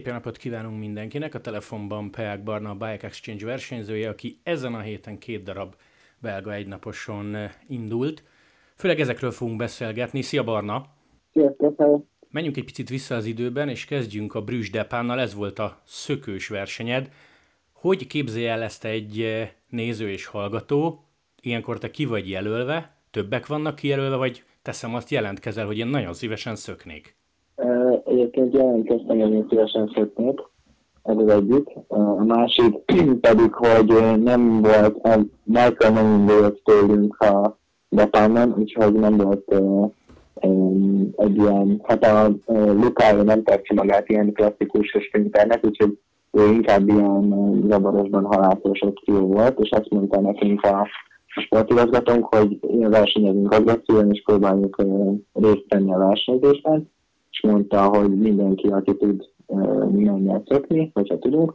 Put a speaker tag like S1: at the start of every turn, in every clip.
S1: jó napot kívánunk mindenkinek! A telefonban Peák Barna, a Bike Exchange versenyzője, aki ezen a héten 2 darab belga egynaposon indult. Főleg ezekről fogunk beszélgetni. Szia Barna!
S2: Sziasztok!
S1: Menjünk egy picit vissza az időben, és kezdjünk a Bruges Depánnal. Ez volt a szökős versenyed. Hogy képzelj el ezt egy néző és hallgató? Ilyenkor te ki vagy jelölve? Többek vannak kijelölve, vagy teszem azt jelentkezel, hogy én nagyon szívesen szöknék?
S2: Egyébként jelentkeztem, hogy én szívesen szöknék, ez az egyik. A másik pedig, hogy nem volt, a Michael nem indult tőlünk a Depánon, úgyhogy nem volt egy ilyen, hát a Lukája nem tartja magát ilyen klasszikus sprinternek, úgyhogy ő inkább ilyen zavarosban halászós opció volt, és azt mondta nekünk a sportigazgatónk, hogy versenyezünk agresszíven, és próbáljuk részt venni a versenyzésben, és mondta, hogy mindenki, aki tud, menjen szökni, hogyha tudunk.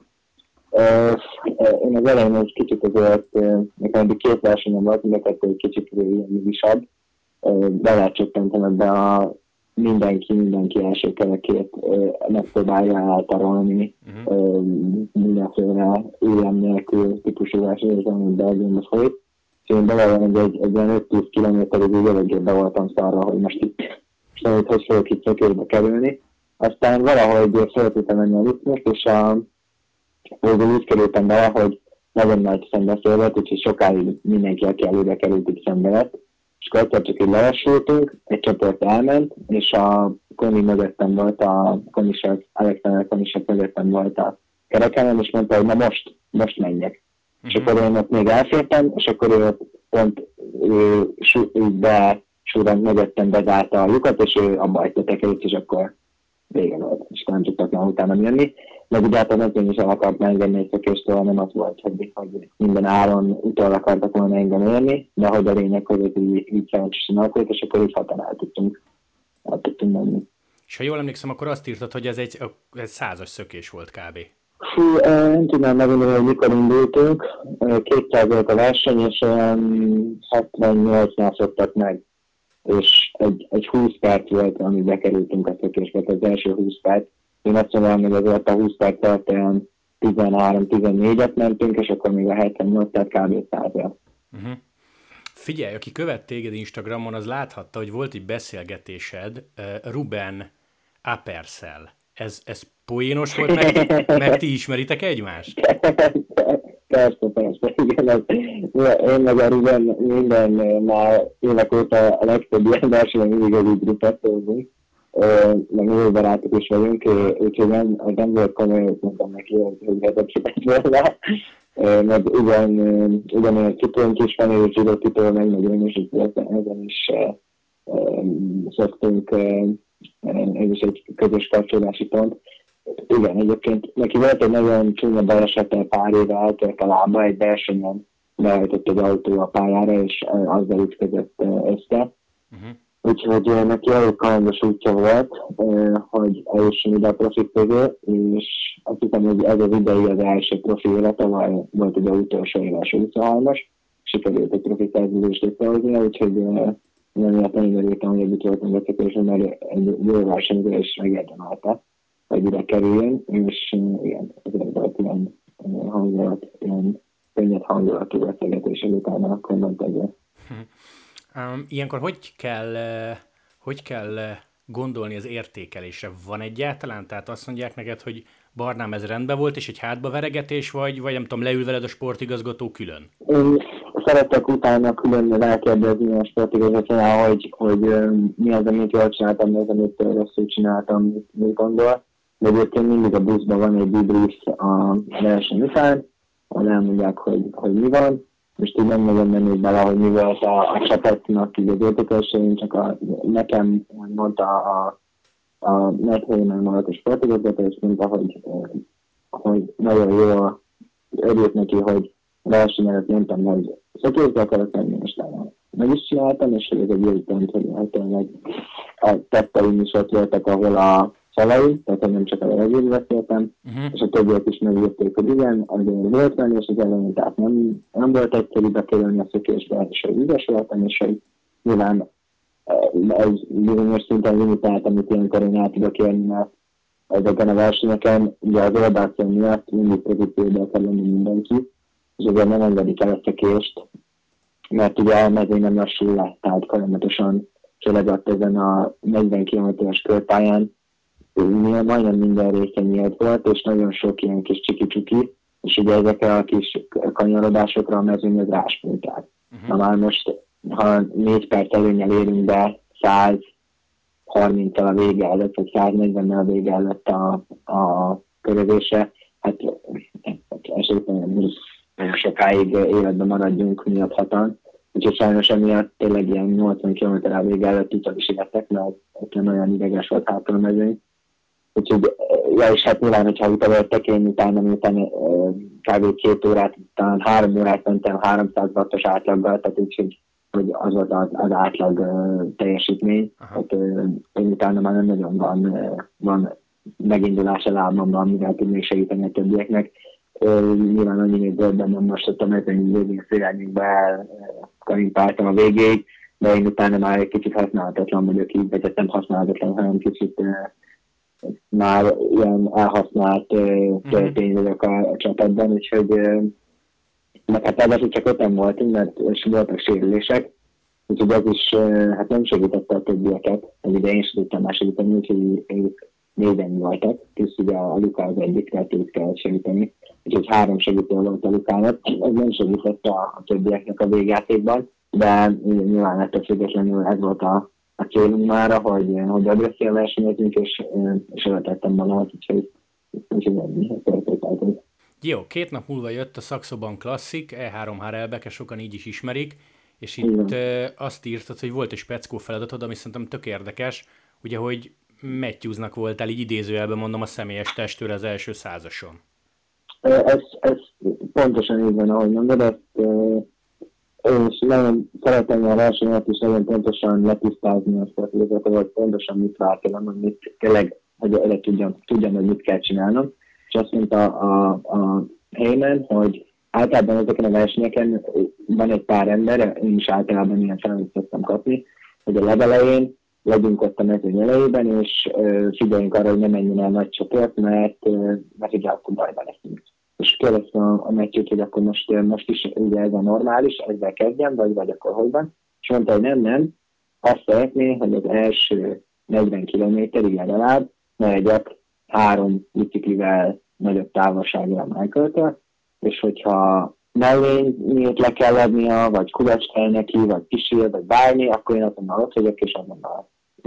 S2: Én az elején egy kicsit azért, nekem eddig 2 versenyem volt, mindkettő egy kicsit ilyen vízisabb. Belecsökkentem ebbe a mindenki első kerekét megpróbálja eltarolni mindenféle élem nélkül típusú versenyzésben, mint Belgiumban folyt. Én belejön egy olyan 5-10 kilométerig így eléggé be voltam szarra, hogy most itt hogy fogok itt szökőbe kerülni. Aztán valahogy fel tudtam menni a ritmust, és végül úgy kerültem bele, hogy nagyon nagy szembeszél volt, úgyhogy sokáig mindenki, aki előre került, itt szembe lett. És akkor egyszer csak így lelassultunk, egy csoport elment, és a Koni mögöttem volt, Alexander Konisak mögöttem volt a kerekemen, és mondta, hogy na most menjek. És akkor én ott még elfértem, és akkor ő pont besúrant mögöttem, bezárta a lyukat, és ő abba hagyta tekerét, és akkor vége volt, és nem tudtak már utána jönni. Meg ugye hát az ötvény is el akart engedni egy szökéstől, nem az volt, hogy minden áron utol akartak volna engem érni, de hogy a lényeg, hogy ez így szerencsésén alakult, és akkor így hatan el tudtunk menni.
S1: És ha jól emlékszem, akkor azt írtad, hogy ez egy 100-as szökés volt kb.
S2: Fú, nem tudnám megmondani, hogy mikor indultunk. 200 volt a verseny, és olyan 78-nál szoktak meg. És egy 20 perc volt, amíg bekerültünk a szökésbe, az első 20 perc. Én azt mondom, hogy azért a 20 perc alatt olyan 13-14-et mentünk, és akkor még a 78, tehát kb. 100-ra.
S1: Figyelj, aki követ téged Instagramon, az láthatta, hogy volt egy beszélgetésed Ruben Aperszel. Ez poénos volt, mert ti ismeritek egymást?
S2: Persze, igen. Én meg a Ruben minden már évek óta a legtöbb ilyen versenyen mindig az így ripettőzünk, meg jó barátok is vagyunk, úgyhogy nem volt komoly, hogy mondtam neki, hogy vezetséget volna. Meg ugyanolyan cipőnk is van, és zsidócipő meg én is ezen is szoktunk, ez is egy közös kapcsolási pont. Igen, egyébként neki volt egy nagyon csúnya balesete, pár éve eltört a lába, egy versenyen behajtott egy autó a pályára, és azzal ütközött össze. Úgyhogy neki elég kalandos útja volt, hogy eljusson ide a profik közül, és azt hiszem, hogy ez az idei az első profi élete, volt ugye utolsó éves 23-as, sikerült egy profi szerződést létrehoznia, úgyhogy emiatt nagyon örültem, hogy együtt voltam vezetősen, mert egy jó versenyző is megérdemelte, hogy ide kerüljön, és igen, ezért volt ilyen hangulat, ilyen könnyed hangulatú beszélgetés utána, akkor mondta, hogy
S1: ilyenkor hogy kell gondolni az értékelésre? Van egyáltalán? Tehát azt mondják neked, hogy Barnám, ez rendben volt, és egy hátbaveregetés, vagy nem tudom, leül veled a sportigazgató külön?
S2: Én szeretek utána külön rákérdezni a sportigazgatónál, hogy mi az, amit jól csináltam, mi az, amit rosszul csináltam, mit gondol. De egyébként mindig a buszban van egy debrief a verseny után, ahol elmondják, hogy mi van. Most így nem nagyon mennék bele, hogy mi volt a csapatnak így az értékelésén, csak nekem mondta a Nethelyen volt a sportigazgató, és mondta, hogy nagyon jó, örült neki, hogy verseny előtt mondtam, hogy szökésbe akarok menni, és meg is csináltam, és ez egy jó pont, hogy tényleg a tetteim is ott voltak, ahol a szalai, tehát nem csak a levegőt beszéltem, és a többiek is megírték, hogy igen, azért volt menni, és az elején, tehát nem volt egyszerű bekerülni a szökésbe, és hogy ügyes voltam, és hogy nyilván ez bizonyos szinten limitált, amit ilyenkor én el tudok érni, mert ezeken a versenyeken, ugye az oldalszöm miatt mindig pozícióba kell lenni mindenki, és ezért nem engedik el ezt a kést, mert ugye a mezőny nem lassul le, tehát folyamatosan cselezett ezen a 40 km-es körpályán, majdnem minden része nyílt volt, és nagyon sok ilyen kis csiki-csuki, és ugye ezekre a kis kanyarodásokra a mezőny az ráspultál. Na már most, ha 4 perc előnnyel érünk be 130-tal a vége előtt, vagy 140-nel a vége előtt a körözése, hát esetleg nagyon sokáig életben maradjunk miatt hatan. Úgyhogy sajnos emiatt tényleg ilyen 80 km a vége előtt utat is értek, mert ott nem olyan ideges volt hátul a mezőny. Úgyhogy, ja, és hát nyilván, hogyha utavoltak, én utána kb. 2 órát, talán 3 órát mentem 300 wattos átlaggal, tehát úgyhogy hogy az volt az átlag teljesítmény. Hát, én utána már nem nagyon van megindulás a lábamban, mivel tudnék segíteni a többieknek. Nyilván annyi még volt bennem most ott a mezőny végén szélányunkba karimpáltam a végéig, de én utána már egy kicsit használhatatlan vagyok így, vagy nem használhatatlan, hanem kicsit már ilyen elhasznált történy vagyok a csapatban, úgyhogy meg hát ráadásul csak 5-en voltunk, mert voltak sérülések, úgyhogy ez is hát nem segítette a többieket, az ide én sem tudtam már segíteni, úgyhogy ők 4-en voltak, plusz ugye a Luka az egyik, tehát őt kell segíteni, úgyhogy 3 segítő volt a Lukának, ez nem segítette a többieknek a végjátékban, de nyilván ettől függetlenül ez volt a célunk mára, hogy agresszíven versenyezünk, és előtettem magamat, úgyhogy ennyi történt.
S1: Jó, 2 nap múlva jött a Saxo Bank Classic, E3 Harelbeke, sokan így is ismerik, és itt azt írtad, hogy volt egy speckó feladatod, ami szerintem tök érdekes, ugye, hogy Matthewsnak voltál, így idézőjelben mondom, a személyes testőre az első 100-ason.
S2: Ez pontosan így van, ahogy mondod, és nagyon szeretem a versenyet, és nagyon pontosan letisztázni a sportolókat, hogy pontosan mit vár tőlem, hogy mit tényleg, hogy erre tudjam, hogy mit kell csinálnom. És azt mondta a Heyman, hogy általában ezeken a versenyeken van egy pár ember, én is általában ilyen feladatot szoktam kapni, hogy a legelején legyünk ott a mezőny elejében, és figyeljünk arra, hogy ne menjen el nagy csoport, mert ugye akkor bajban leszünk. És kérdeztem a Matthew-t, hogy akkor most is ugye ez a normális, ezzel kezdjem, vagy akkor hogy van. És mondta, hogy nem, azt szeretné, hogy az első 40 kilométerig legalább ne legyek 3 biciklivel nagyobb távolságra a Michael-től, és hogyha mellényét le kell adnia, vagy kulacs kell neki, vagy kísér, vagy bármi, akkor én azonnal ott vagyok, és azonnal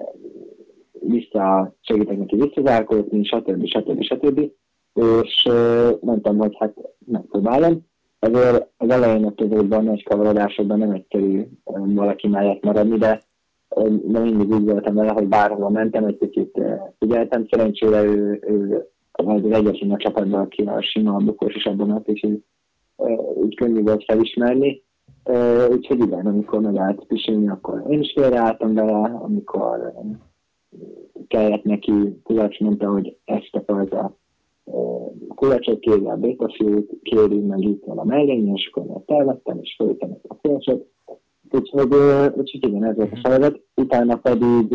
S2: segítek neki visszazárkózni, stb. És mondtam, hogy hát megpróbálom. Ezért az elején a közöttben nagy kavarodásokban nem egyszerű valaki mellett maradni, de mindig úgy voltam vele, hogy bárhova mentem, egy kicsit figyeltem. Szerencsére ő az egyetlen a csapatban, aki a sima bukós és abban át, és úgy könnyű volt felismerni. Úgyhogy igen, amikor megállt pisilni, akkor én is félreálltam vele, amikor kellett neki, Kulacs mondta, hogy ezt a fajta kulacsot kéri, a bétafiút kéri, meg itt van a mellény, és akkor ezt elvettem, és föltem a kulacsot. Úgyhogy igen, ez volt a feladat. Utána pedig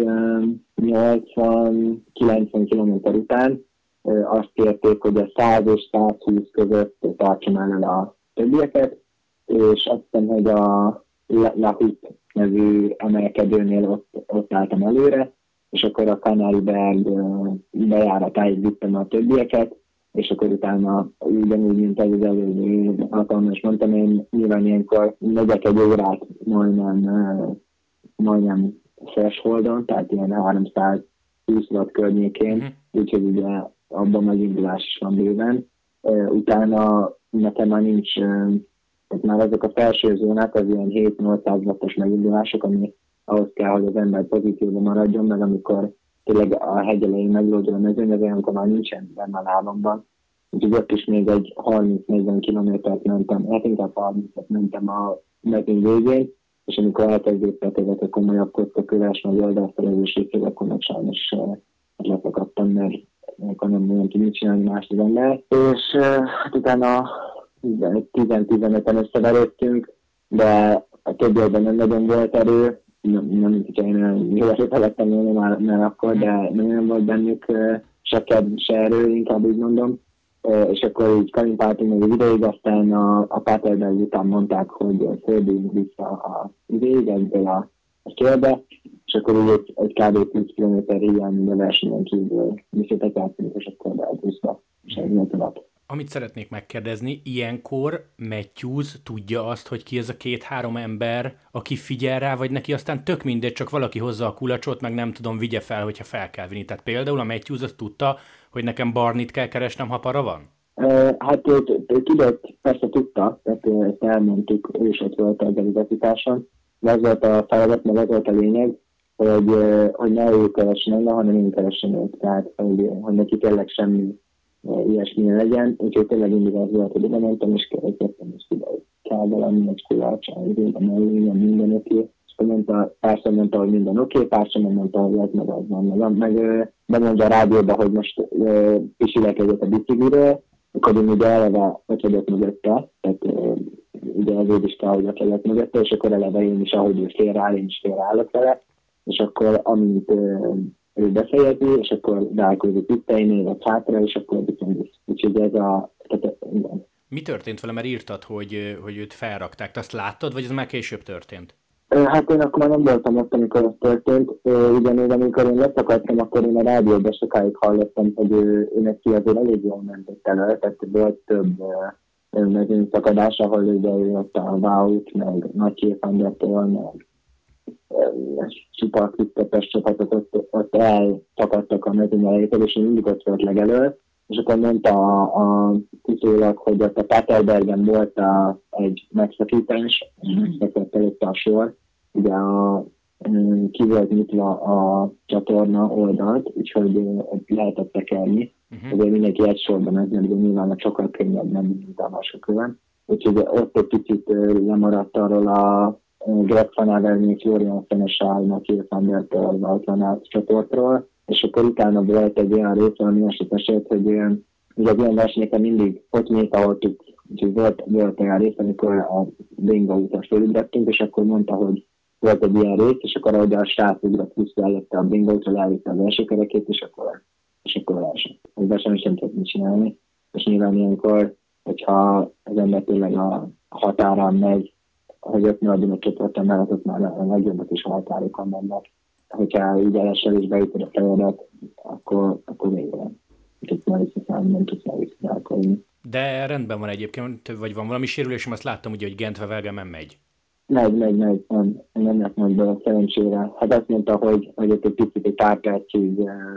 S2: 80-90 km után azt kérték, hogy a 100 és 120 között tartsam elő a többieket, és azt hiszem, hogy a Lahut nevű emelkedőnél ott álltam előre, és akkor a Canary-berg bejáratáig vittem a többieket, és akkor utána ugyanúgy, mint az előző alkalommal is mondtam, én nyilván ilyenkor megyek egy órát majdnem thresholdon, tehát ilyen 320 watt környékén, úgyhogy ugye abban megindulás is van bőven. Utána nekem már nincs, tehát már ezek a felső zónák, az ilyen 7-800 wattos megindulások, ami ahhoz kell, hogy az ember pozícióban maradjon, meg amikor tényleg a hegy elején meglódul a mezőny, az olyankor már nincsen benne a lábamban. Úgyhogy ott is még egy 30-40 kilométert mentem, hát inkább 30-et mentem a mezőny végén, és amikor elkezdődtek ezek a komolyabb kockaköves, meg oldalfelezőségek, akkor meg sajnos lefakadtam, mert akkor nem nagyon tud mit csinálni más az ember. És hát utána 10-15-en összeverődtünk, de a többiekben nem nagyon volt erő, nem mint hogyha én jól lettem volna már akkor, de nem volt bennük se kedv, se erő, inkább úgy mondom. És akkor így kalimpáltunk meg az ideig, aztán a Paterberg után mondták, hogy forduljunk vissza a ideig, ebből a térbe, és akkor úgy egy kb. 10 km hiány a versenyen kívül visszatekeltünk, és akkor beállt és ez volt alap.
S1: Amit szeretnék megkérdezni, ilyenkor Matthews tudja azt, hogy ki ez a 2-3 ember, aki figyel rá, vagy neki aztán tök mindegy, csak valaki hozza a kulacsot, meg nem tudom, vigye fel, hogyha fel kell vinni. Tehát például a Matthews azt tudta, hogy nekem Barnit kell keresnem, ha para van?
S2: Hát ő tudott, persze tudta, tehát ezt elmondtuk, ő is ott volt az igazgatáson, de az volt a feladat, meg az volt a lényeg, hogy ne ő keressen engem, hanem én keressen őt. Tehát, hogy neki tényleg semmi ilyesmi legyen, úgyhogy tényleg mindig az volt, hogy oda mentem, és kérdeztem, és kell valami, egy kulacs, a mellényen, minden oké. És akkor mondta, párszor mondta, hogy minden oké, párszor mondta, hogy ez meg az van. Meg bemondja a rádióba, hogy most pisilek egyet a bicikliről, akkor én ugye eleve ott vagyok mögötte, tehát ugye azért is kell, hogy ott vagyok mögötte, és akkor eleve én is, ahogy ő félreáll, én is félreállok vele, és akkor amint ő befejezi, és akkor beállkozik itt, én évek hátra, és akkor viszont. Úgyhogy ez a... Tehát, igen.
S1: Mi történt vele, mert írtad, hogy őt felrakták? Te azt láttad, vagy ez már később történt?
S2: Hát én akkor már nem voltam ott, amikor ez történt. Ugyanúgy, amikor én leszakadtam, akkor én a rádióban sokáig hallottam, hogy ő neki azért elég jól mentett elő, tehát volt több mezőnyszakadás, ahol ugye ott a Wout, meg Nagy Fandertől, meg Csipa-Krisztepes csapatot ott eltakadtak a mezőny elejétől, és én mindig ott volt legelől. És akkor mondta a kutólag, hogy ott a Paterbergen volt egy megszakítás, megszakított előtte a sor, ugye ki volt nyitva a csatorna oldalt, úgyhogy lehetett tekerni. Azért mindenki egy sorban ez, mert nyilván sokkal könnyebb, nem izgalmas a köven. Úgyhogy ott egy picit lemaradt arról a Greg Van Avermaet, Florian Seneschal, Kiel van der az Altlanát csoportról, és akkor utána volt egy olyan rész, ami eset, hogy ugye az ilyen versenyeken mindig ott még aholtuk, úgyhogy volt olyan rész, amikor a Bingo után fölüldrettünk, és akkor mondta, hogy volt egy ilyen rész, és akkor ahogy a srác ugrott vissza előtte a Bingo-tól, elvitte az első kerekét, és akkor leesett. Az versenyt sem tudott mit csinálni, és nyilván ilyenkor, hogyha az ember tényleg a határán megy, hogy ott maradjon a csoporton mellett, ott már a legjobbak is a határokon mennek. Hogyha így elesel és beütöd a fejedet, akkor vége van. Úgyhogy már nem tudsz elviszonyálkodni.
S1: De rendben van egyébként, vagy van valami sérülésem, azt láttam ugye, hogy Gent-Wevelgemen megy.
S2: Megy, nem lett majd be szerencsére. Hát azt mondta, hogy ott egy picit egy pár percig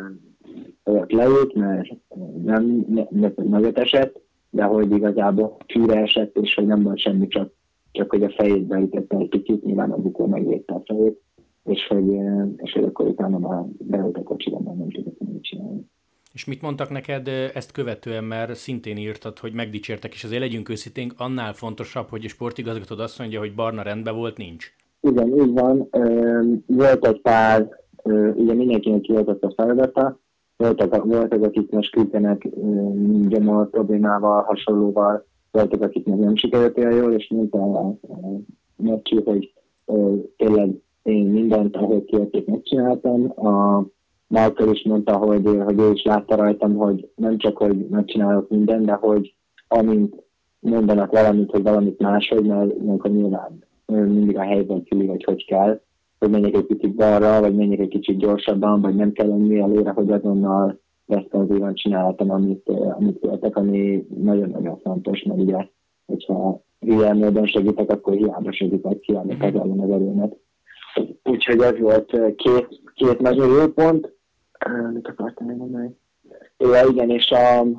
S2: leült, mert nem nagyot esett, de hogy igazából fűre esett, és hogy nem volt semmi, csak hogy a fejét beütötte egy picit, nyilván a bukó megvédte a fejét, és hogy akkor utána már beült a kocsiba, már nem tudott mit csinálni.
S1: És mit mondtak neked ezt követően, mert szintén írtad, hogy megdicsértek, és azért legyünk őszinték, annál fontosabb, hogy a sportigazgatód azt mondja, hogy Barna rendben volt, nincs.
S2: Igen, így van. Volt egy pár, ugye mindenkinek volt a feladata, voltak, akik most küzdenek gyomor problémával, hasonlóval, voltak, akiknek nem sikerült olyan jól, és mondta a Matthew, hogy tényleg én mindent, ahogy kérték, megcsináltam. A Michael is mondta, hogy ő is látta rajtam, hogy nem csak, hogy megcsinálok mindent, de hogy amint mondanak valamit, hogy valamit máshogy, mert ilyenkor nyilván mindig a helyben küli, hogy kell, hogy menjek egy kicsit balra, vagy menjek egy kicsit gyorsabban, vagy nem kell lenni előre, hogy azonnal responsívan csináltam, amit kértek, ami nagyon-nagyon fontos, mert ugye, hogyha ilyen módon segítek, akkor hiába segítek, hiába kezelni az erőmet. Úgyhogy ez volt két nagyon jó pont. Mit akartam még mondani? Ja, igen, és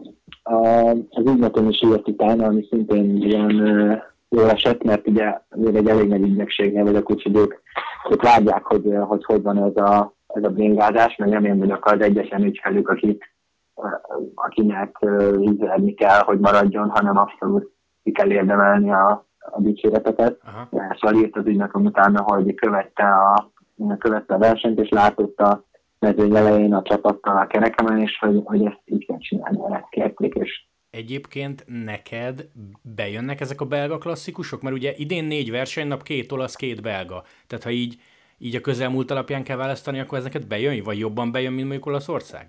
S2: az ügynökön is írt utána, ami szintén ilyen jól esett, mert ugye egy elég nagy ügynökségnél vagyok, úgyhogy ők látják, hogy van ez a bringázás, mert nem én vagyok az egyetlen ügyfelük, akinek üzenni kell, hogy maradjon, hanem abszolút ki kell érdemelni a dicséreteket. Szóval írt az ügynököm utána, hogy követte a versenyt, és látott a mezőny elején a csapattal a kerekemen, és hogy ezt így kell csinálni, ezt kérték, és
S1: Egyébként neked bejönnek ezek a belga klasszikusok? Mert ugye idén 4 versenynap, 2 olasz, 2 belga. Tehát ha így a közelmúlt alapján kell választani, akkor ez neked bejön? Vagy jobban bejön, mint mondjuk Olaszország?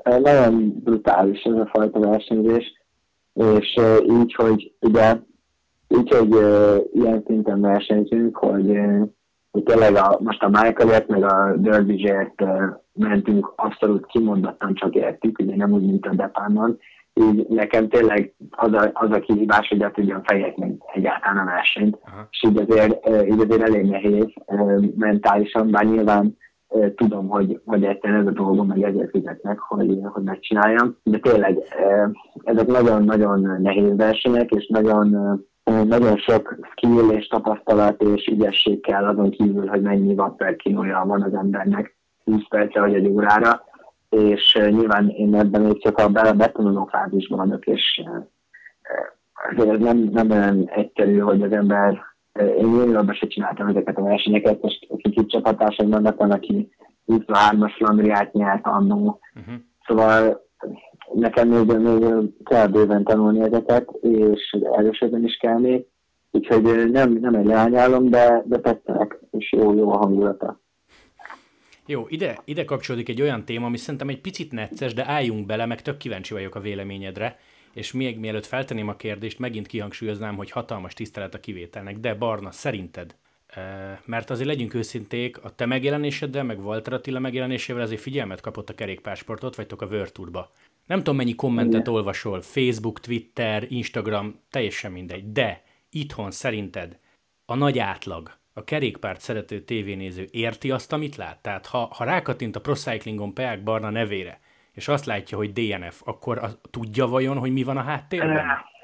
S2: Nagyon brutális ez a fajta versenyzés, és így, hogy ugye, ilyen szinten versenyzünk, hogy tényleg most a Michaelért, meg a Derbyzsért mentünk abszolút kimondottan csak értük, ugye nem úgy, mint a Depánon. Így nekem tényleg az a kihívás, hogy tudjam fejezni egyáltalán a versenyt, és így azért elég nehéz mentálisan, bár nyilván tudom, hogy egyszerűen ez a dolgom, meg ezért fizetnek, hogy megcsináljam. De tényleg ezek nagyon-nagyon nehéz versenyek, és nagyon sok skill és tapasztalat és ügyesség kell azon kívül, hogy mennyi watt per kilója van az embernek 20 percre vagy egy órára, és nyilván én ebben még csak a betanuló fázisban vagyok, és azért ez nem olyan egyszerű, hogy az ember, én juniorban se csináltam ezeket a versenyeket, most kicsit csapatások vannak, van, aki 23-as Flandriát nyert annó, szóval nekem még kell bőven tanulni ezeket, és erősödni is kell még, úgyhogy nem egy leányálom, de tetszenek, és jó a hangulata.
S1: Jó, ide kapcsolódik egy olyan téma, ami szerintem egy picit necces, de álljunk bele, meg tök kíváncsi vagyok a véleményedre, és még mielőtt feltenném a kérdést, megint kihangsúlyoznám, hogy hatalmas tisztelet a kivételnek, de Barna, szerinted? Mert azért legyünk őszinték, a te megjelenéseddel, meg Walter Attila megjelenésével azért figyelmet kapott a kerékpársport, ott vagytok a World Tourba. Nem tudom, mennyi kommentet olvasol, Facebook, Twitter, Instagram, teljesen mindegy, de itthon szerinted a nagy átlag, a kerékpárt szerető tévénéző érti azt, amit lát? Tehát ha rákattint a Pro Cyclingon Peák Barna nevére, és azt látja, hogy DNF, akkor tudja vajon, hogy mi van a háttérben?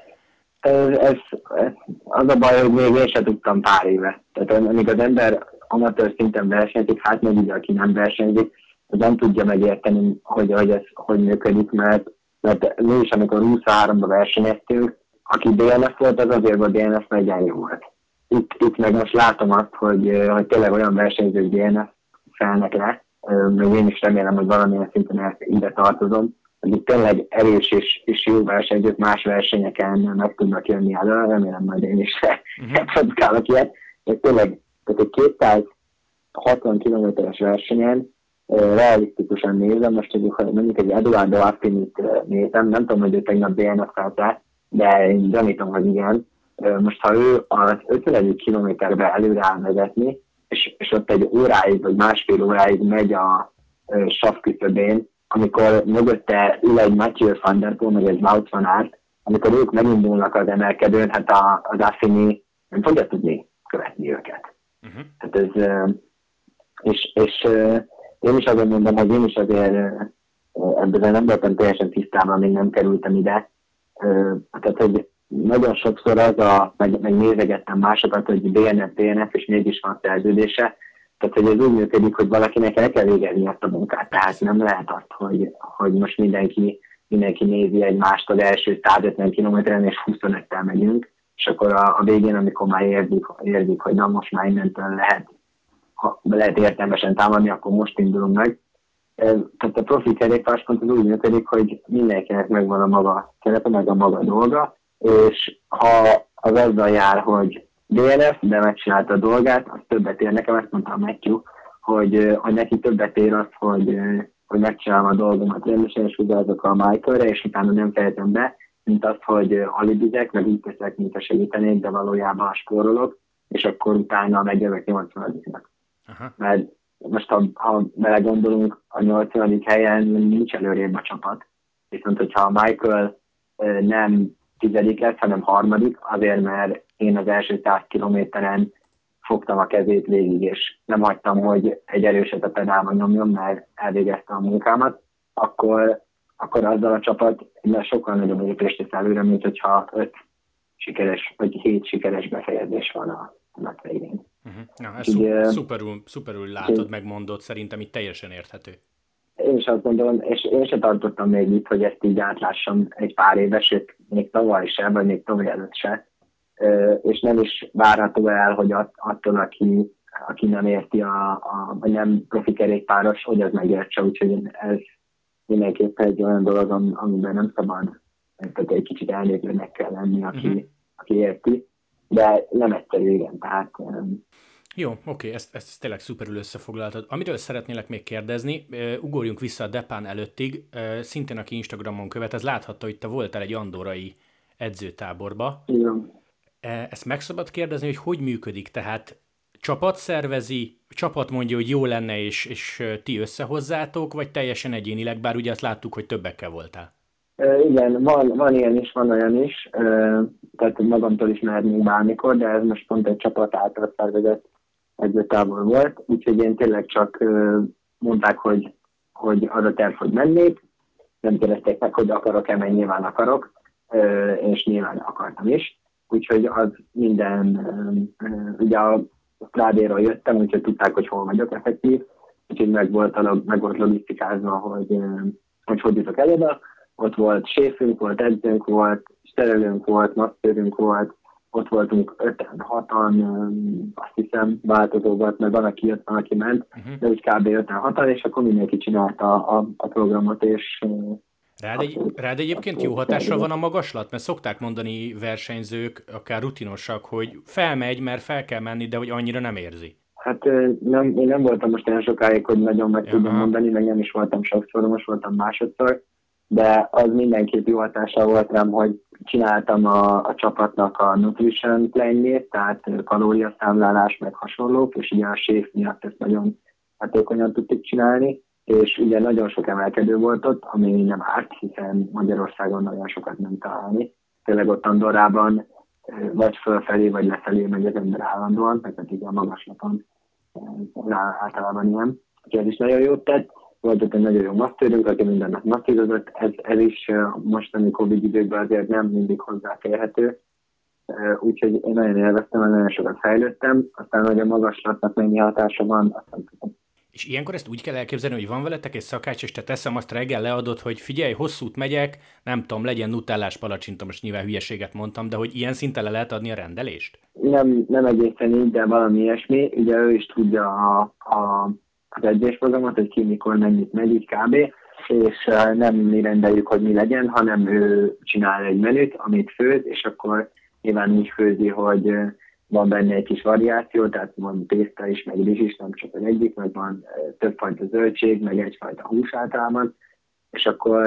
S2: Az a baj, hogy még én sem tudtam pár éve. Tehát amíg az ember amatőr szinten versenyzik, hát még így, aki nem versenyzik, az nem tudja megérteni, hogy ez hogy működik, mert mi is, amikor 23-ban versenyeztünk, aki DNF volt, az azért volt DNF, mert egyenlő volt. Itt meg most látom azt, hogy tényleg olyan versenyzők DNF felnek le, még én is remélem, hogy valamilyen szinten ide tartozom, hogy itt tényleg erős és jó versenyzők más versenyeken meg tudnak jönni elő, remélem majd én is produkálok ilyet, de tényleg tehát egy 260 km-es versenyen realisztikusan nézem, most mondjuk egy Eduardo Affinit nézem, nem tudom, hogy ő tegnap DNF-elte, de én gyanítom, hogy igen. Most ha ő az 50. kilométerbe előre áll vezetni, és ott egy óráig vagy másfél óráig megy a sav küszöbén, amikor mögötte ül egy Mathieu van der Poel, meg egy Wout van Aert, amikor ők megindulnak az emelkedőn, hát az Affini nem fogja tudni követni őket. Hát ez, és én is azért mondom, hogy én is azért ebben nem voltam teljesen tisztában, még nem kerültem ide. Tehát, hogy nagyon sokszor meg nézegettem másokat, hogy DNF, és mégis van szerződése. Tehát, hogy ez úgy működik, hogy valakinek el kell végezni azt a munkát. Tehát nem lehet azt, hogy most mindenki nézi egymást az első 150 kilométeren, és 25-tel megyünk, és akkor a végén, amikor már érzik, hogy na most már innentől lehet értelmesen támadni, akkor most indulunk meg. Tehát a profi kerékpárspont az úgy működik, hogy mindenkinek megvan a maga szerepe, meg a maga dolga, és ha az azzal jár, hogy DNF, de megcsinálta a dolgát, az többet ér. Nekem ezt mondta a Matthew, hogy neki többet ér az, hogy megcsinálom a dolgomat rendesen, és vigyázok a Michaelre, és utána nem fejezem be, mint azt, hogy alibizek, meg így teszek, mint a segítenék, de valójában spórolok, és akkor utána megjövök 80-nak. Mert most, ha belegondolunk, a 80. helyen nincs előrébb a csapat. Viszont, hogyha a Michael nem 10. lesz, hanem 3., azért, mert én az első 100 kilométeren fogtam a kezét végig, és nem hagytam, hogy egy erőset a pedálba nyomjon, mert elvégezte a munkámat, akkor azzal a csapat sokkal nagyobb lépést tesz előre, mint hogyha 5 sikeres, vagy 7 sikeres befejezés van a végén.
S1: Na, ezt szuperül látod, megmondod, szerintem itt teljesen érthető.
S2: Én is azt gondolom, és én sem tartottam még itt, hogy ezt így átlássam egy pár éves, sőt, még tavaly se, vagy még tavaly előtt se. És nem is várható el, hogy attól, aki nem érti, vagy nem profi kerékpáros, hogy az megértse, úgyhogy ez mindenképpen egy olyan dolog, amiben nem szabad, tehát egy kicsit elnézőnek kell lenni, aki érti, de nem egyszerű, igen, tehát...
S1: Jó, oké, ezt tényleg szuperül összefoglaltad. Amiről szeretnélek még kérdezni, ugorjunk vissza a Depán előttig, szintén aki Instagramon követ, ez láthatta, hogy te voltál egy andorrai edzőtáborba.
S2: Igen.
S1: Ezt meg szabad kérdezni, hogy működik? Tehát csapat szervezi, csapat mondja, hogy jó lenne, és ti összehozzátok, vagy teljesen egyénileg, bár ugye azt láttuk, hogy többekkel voltál.
S2: Igen, van ilyen is, van olyan is, tehát magamtól is mehetnénk bármikor, de ez most pont egy csapat által szervezett edzőtábor volt, úgyhogy én tényleg csak mondták, hogy az a terv, hogy mennék, nem kérdezték meg, hogy akarok-e, mert nyilván akarok, és nyilván akartam is, úgyhogy az minden, ugye a Strádéról jöttem, úgyhogy tudták, hogy hol vagyok effektív, úgyhogy meg volt logisztikázva, hogy jutok el oda. Ott volt séfünk, volt edzőnk, volt szerelőnk, volt masszőrünk volt, ott voltunk 5-6-an, azt hiszem, változó volt, mert van, aki jött, van, aki ment, de úgy kb. 5-6-an, és akkor mindenki csinálta a programot, és
S1: Rád egyébként jó hatással van a magaslat? Mert szokták mondani versenyzők, akár rutinosak, hogy felmegy, mert fel kell menni, de hogy annyira nem érzi.
S2: Hát én nem voltam most olyan sokáig, hogy nagyon meg tudom mondani, meg nem is voltam sokszor, most voltam másodszor, de az mindenképp jó hatással volt rám, hogy csináltam a csapatnak a nutrition planjét, tehát kalóriaszámlálás, meg hasonlók, és ugye a séf miatt ezt nagyon hatékonyan tudtuk csinálni, és ugye nagyon sok emelkedő volt ott, ami nem árt, hiszen Magyarországon nagyon sokat nem találni. Tényleg ott Andorrában vagy fölfelé, vagy lefelé megy az ember állandóan, tehát így a magaslaton általában ilyen. Úgyhogy ez is nagyon jót tett. Volt ott egy nagyon jó masszőrünk, aki minden nap masszírozott. Ez is mostani Covid időkben azért nem mindig hozzáférhető. Úgyhogy én nagyon élveztem, nagyon sokat fejlődtem. Aztán, hogy a magaslatnak mennyi hatása van, azt nem tudom.
S1: És ilyenkor ezt úgy kell elképzelni, hogy van veletek egy szakács, és te teszem azt reggel leadod, hogy figyelj, hosszút megyek, nem tudom, legyen nutellás palacsinta, most nyilván hülyeséget mondtam, de hogy ilyen szinten le lehet adni a rendelést?
S2: Nem egészen így, de valami ilyesmi. Ugye ő is tudja az edzésprogramot, hogy ki mikor mennyit megy, így kb. És nem mi rendeljük, hogy mi legyen, hanem ő csinál egy menüt, amit főz, és akkor nyilván úgy főzi, hogy van benne egy kis variáció, tehát van tészta is, meg rizs is, nem csak az egyik, meg van többfajta zöldség, meg egyfajta hús általában, és akkor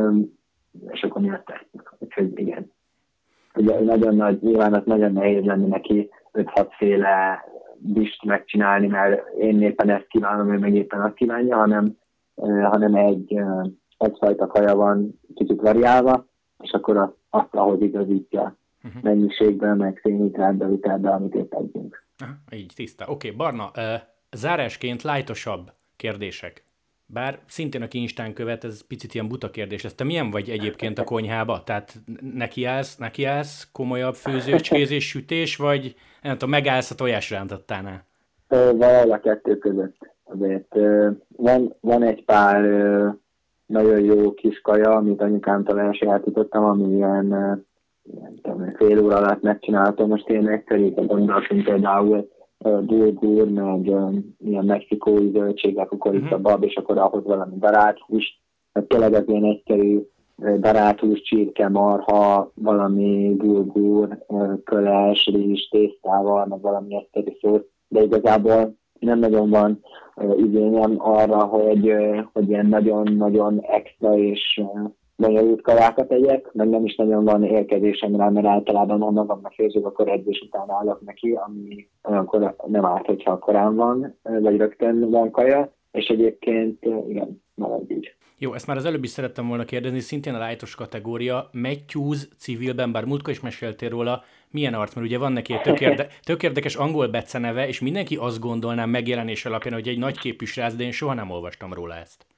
S2: mi azt tesszük. Úgyhogy igen. Ugye nyilván az nagyon nehéz lenne neki 5-6 féle dist megcsinálni, mert én éppen ezt kívánom, ő meg éppen azt kívánja, hanem egyfajta kaja van kicsit variálva, és akkor azt ahogy igazítja mennyiségben, meg szénhidrátba, vitelbe, amit épp együnk.
S1: Így, tiszta. Oké, Barna, zárásként lájtosabb kérdések. Bár szintén aki Instán követ, ez picit ilyen buta kérdés. Te milyen vagy egyébként a konyhába? Tehát nekiállsz komolyabb főzőcskézés, sütés, vagy nem tudom, megállsz a tojásrántattánál?
S2: Valahol a kettő között. Azért van egy pár nagyon jó kis kaja, amit anyukámtól elsajátítottam, ami ilyen fél óra alatt megcsináltam. Most én egyszerűen gondoltam például bulgur, meg ilyen mexikói zöldségek, kukorica, bab, és akkor ahhoz valami daráthús. Tényleg az ilyen egyszerű daráthús, csirke, marha, valami bulgur, köles, rizs, tésztával, meg valami egyszerű szósz. De igazából nem nagyon van igényem arra, hogy ilyen nagyon-nagyon extra és bonyolult kajákat tegyek, meg nem is nagyon van érkezésem rá, mert általában ha magamnak főzök, akkor edzés után állok neki, ami olyankor nem árt, hogyha korán van, vagy rögtön van kaja, és egyébként igen, maradj így.
S1: Jó, ezt már az előbb is szerettem volna kérdezni, szintén a lightos kategória, Matthews civilben, bár múltkor is meséltél róla, milyen arc, mert ugye van neki egy tök érdekes angol beceneve, és mindenki azt gondolná megjelenés alapján, hogy egy nagyképű srác, de én soha nem olvastam róla ezt.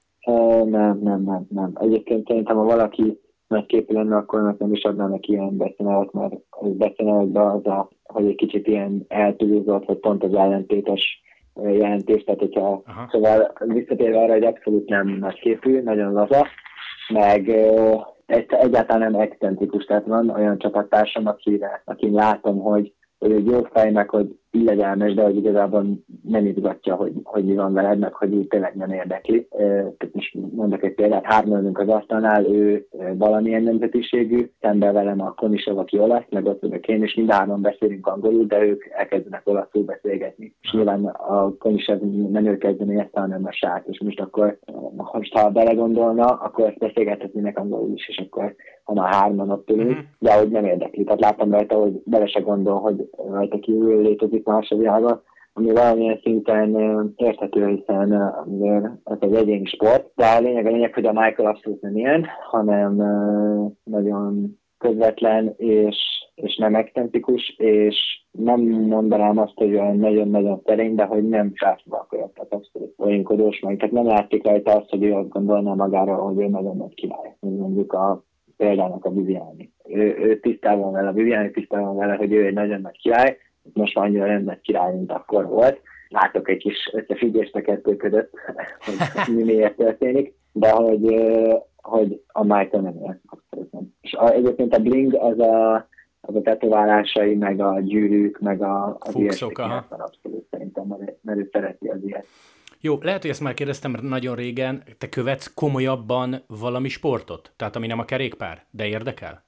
S2: Nem. Egyébként szerintem, ha valaki nagyképű lenne, akkor nem is adná neki ilyen becenevet, mert becenevetben hogy egy kicsit ilyen eltúlzott, vagy pont az ellentétes jelentés, tehát hogyha szóval visszatérve arra, hogy abszolút nem nagyképű, nagyon laza, meg egyáltalán nem excentrikus, tehát van olyan csapattársam, akin látom, hogy egy jó fej, meg hogy illegális, de hogy igazából nem izgatja, hogy mi van veled, meg hogy úgy tényleg nem érdekli. Tehát most mondok egy példát, 3 ülünk az asztalnál, ő valamilyen nemzetiségű, szemben velem a Konisov, aki olasz, meg ott ülök én, és mind 3 beszélünk angolul, de ők elkezdenek olaszul beszélgetni. És nyilván a Konisov nem ő kezdeni ezt, hanem a srác, és most akkor, ha belegondolna, akkor ezt beszélgethetnének angolul is, és akkor ha már 3 ott ülünk, de hogy nem érdekli. Tehát láttam rajta, hogy bele se gondol, hogy rajta kívül létezik más a világa, ami valamilyen szinten érthető, hiszen ez egy egyéni sport, de a lényeg, hogy a Michael abszolút nem ilyen, hanem nagyon közvetlen és nem excentrikus, és nem mondanám azt, hogy olyan nagyon-nagyon szerény, de hogy nem sárcba akarok, tehát abszolút olyankodós meg. Tehát nem látszik rajta azt, hogy ő azt gondolná magára, hogy ő nagyon nagy király. Mondjuk példának a Viviani. Ő tisztában vele, a Viviani tisztában vele, hogy ő egy nagyon nagy király, most már annyira nem nagy király, mint akkor volt. Látok egy kis összefüggést a kettő között, hogy mi miért történik, de hogy a Michael nem ilyen. És egyébként a bling az a tetoválásai, meg a gyűrűk, meg az
S1: Fuxok,
S2: abszolút szerintem, mert ő szereti az ilyet.
S1: Jó, lehet, hogy ezt már kérdeztem nagyon régen, te követsz komolyabban valami sportot? Tehát ami nem a kerékpár, de érdekel?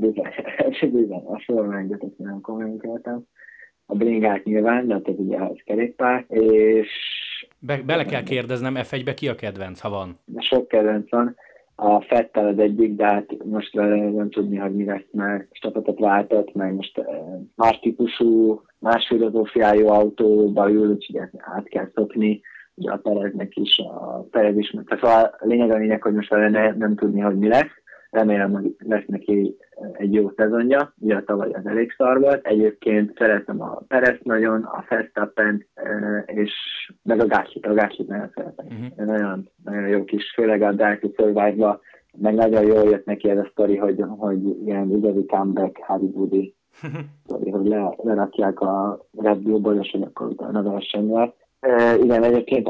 S2: Bizony, a sorrendjetet nem komolyan követem. A bringát nyilván, de tehát ugye az kerékpár, és...
S1: Bele kell kérdeznem, F1-be ki a kedvenc, ha van?
S2: Sok kedvenc van. A Fettel az egyik, de hát most nem tudni, hogy mi lesz, mert csapatot váltott, meg most más típusú, más filozófiájú autóba ül, úgyhogy át kell szokni. Ugye a Pereznek is, a Perez is, szóval a lényeg, hogy most vele nem tudni, hogy mi lesz. Remélem, hogy lesz neki egy jó szezonja, ugye tavaly az elég szar volt. Egyébként szeretem a Perez nagyon, a Verstappent, és meg a Gaslyt nagyon szeretem. Nagyon, nagyon jó kis, főleg a Drive to Survive-ba, meg nagyon jól jött neki ez a sztori, hogy ilyen igazi comeback, hollywoodi sztori, hogy lerakják a Red Bullból, és akkor utána versenyel. Igen, egyébként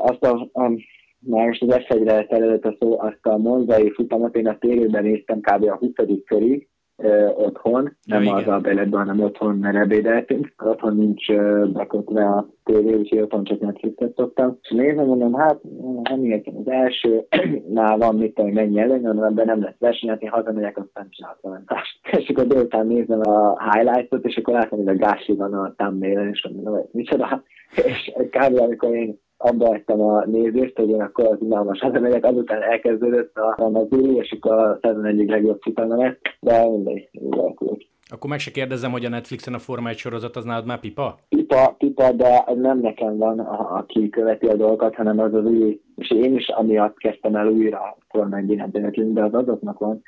S2: már most az F1-re terjedett a szó, azt a monzai futamot én a tévében néztem kb. A 20. körig otthon, nem az a beletben, hanem otthon, mert ebédeltünk. Otthon nincs bekötve a tévé, úgyhogy otthon csak Netflixet szoktam. És nézem, mondom, hát nem értem, az elsőnál van mit tudom, mennyi előny, ebben nem lesz versenyet, én hazamegyek, aztán csináltam. És akkor délután nézem a highlightot, és akkor látom, hogy a Gasly van a thumbnailen, és mondom, hogy micsoda. És kb. Amikor én abba hagytam a nézést, hogy én akkor az unalmas hazamegyek, azután elkezdődött a Zuri, és akkor a szezon egyik legjobb futama lett, de mindegy,
S1: Akkor meg se kérdezem, hogy a Netflixen a Forma 1 sorozat az nálad már pipa?
S2: Pipa, de nem nekem van, aki követi a dolgokat, hanem az új, és én is amiatt kezdtem el újra Forma 1 iránt, de az azoknak van,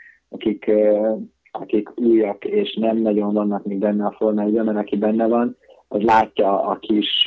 S2: akik újak, és nem nagyon vannak még benne a Forma 1-ben, mert aki benne van, az látja a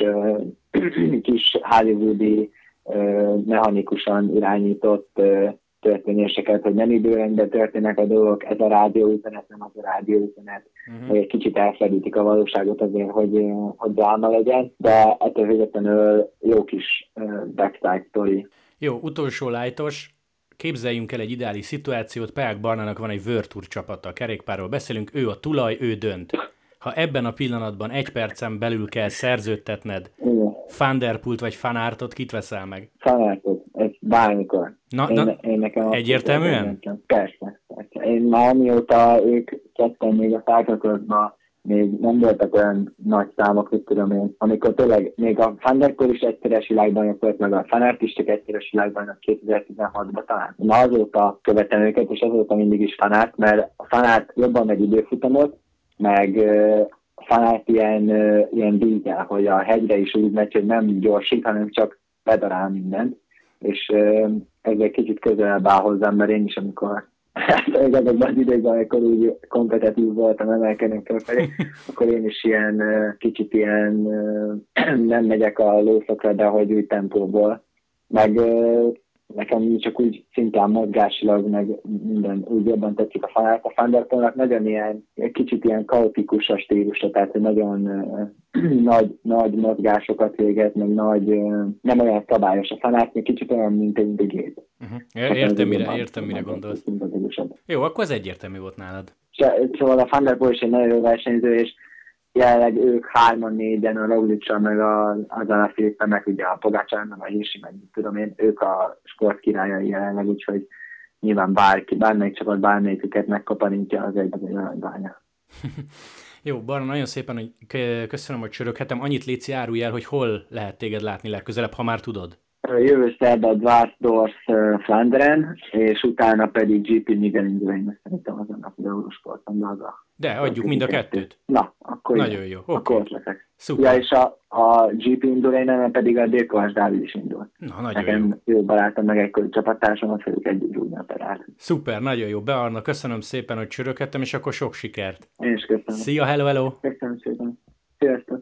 S2: kis hollywoodi, mechanikusan irányított történéseket, hogy nem időrendben történnek a dolgok, ez a rádióüzenet, nem az a rádióüzenet, hogy egy kicsit elfedítik a valóságot azért, hogy dráma legyen, de ettől függetlenül jó kis backside story.
S1: Jó, utolsó lájtos. Képzeljünk el egy ideális szituációt, Peák Barnának van egy World Tour csapata, a kerékpárról beszélünk, ő a tulaj, ő dönt. Ha ebben a pillanatban 1 percen belül kell szerződtetned Van der Poelt vagy Van Aertot, kit veszel meg?
S2: Van Aertot, ez bármikor.
S1: Én nekem egyértelműen?
S2: Persze. Én már amióta ők ketten még a Cyclocrossban még nem voltak olyan nagy számok, hogy tudom én, amikor tényleg még a Van der Poel is egyszeres világbajnok volt, meg a Van Aert is csak egyszeres világbajnok 2016-ban talán. Na azóta követem őket, és azóta mindig is Van Aert, mert a Van Aert jobban megy időfutamot, meg Van Aert ilyen dízel, hogy a hegyre is úgy megy, hogy nem gyorsít, hanem csak bedarál mindent. És ez egy kicsit közelebb áll hozzám, mert én is, amikor azokban az időkben, amikor úgy kompetitív voltam emelkedni felfelé, akkor én is kicsit nem megyek a lószokra, de hogy úgy tempóból. Meg nekem csak úgy szintén mozgásilag, meg minden úgy jobban tetszik a Van Aert. A Van der Poelnak nagyon kicsit ilyen kaotikus a stílusa, tehát hogy nagyon nagy mozgásokat végez, meg nem olyan szabályos. A Van Aert még kicsit olyan, mint egy gép.
S1: Értem, mire gondolsz. Jó, akkor ez egyértelmű volt nálad.
S2: Szóval a Van der Poel is egy nagyon jó versenyző, és jelenleg ők 3-4-en, a Roglic-sal, meg az Alaphilippe, meg ugye a Pogačar, meg a Hirschi, meg tudom én, ők a sport királyai jelenleg, úgyhogy nyilván bármelyik csapat bármelyiküket megkaparintja, az egy aranybánya.
S1: Jó, Barna, nagyon szépen, hogy köszönöm, hogy csöröghetem. Annyit léci, árulj el, hogy hol lehet téged látni legközelebb, ha már tudod.
S2: Jövő szerdán Dvarsdorf Flanderen, és utána pedig GP Nigel, szerintem azon a Eurosporton maga.
S1: De adjuk mind a kettőt.
S2: Na, akkor
S1: nagyon jó.
S2: Akkor ott leszek.
S1: Szuper.
S2: Ja, és a GP indul, pedig a Dékovás Dávid is indul.
S1: Na, nagyon
S2: Nekem jó barátom, meg egy csapattársam, azt fogjuk együtt rúgni a perát.
S1: Szuper, nagyon jó. Bearna, köszönöm szépen, hogy csöröghettem, és akkor sok sikert.
S2: Én is köszönöm.
S1: Szia, hello!
S2: Köszönöm szépen. Sziasztok!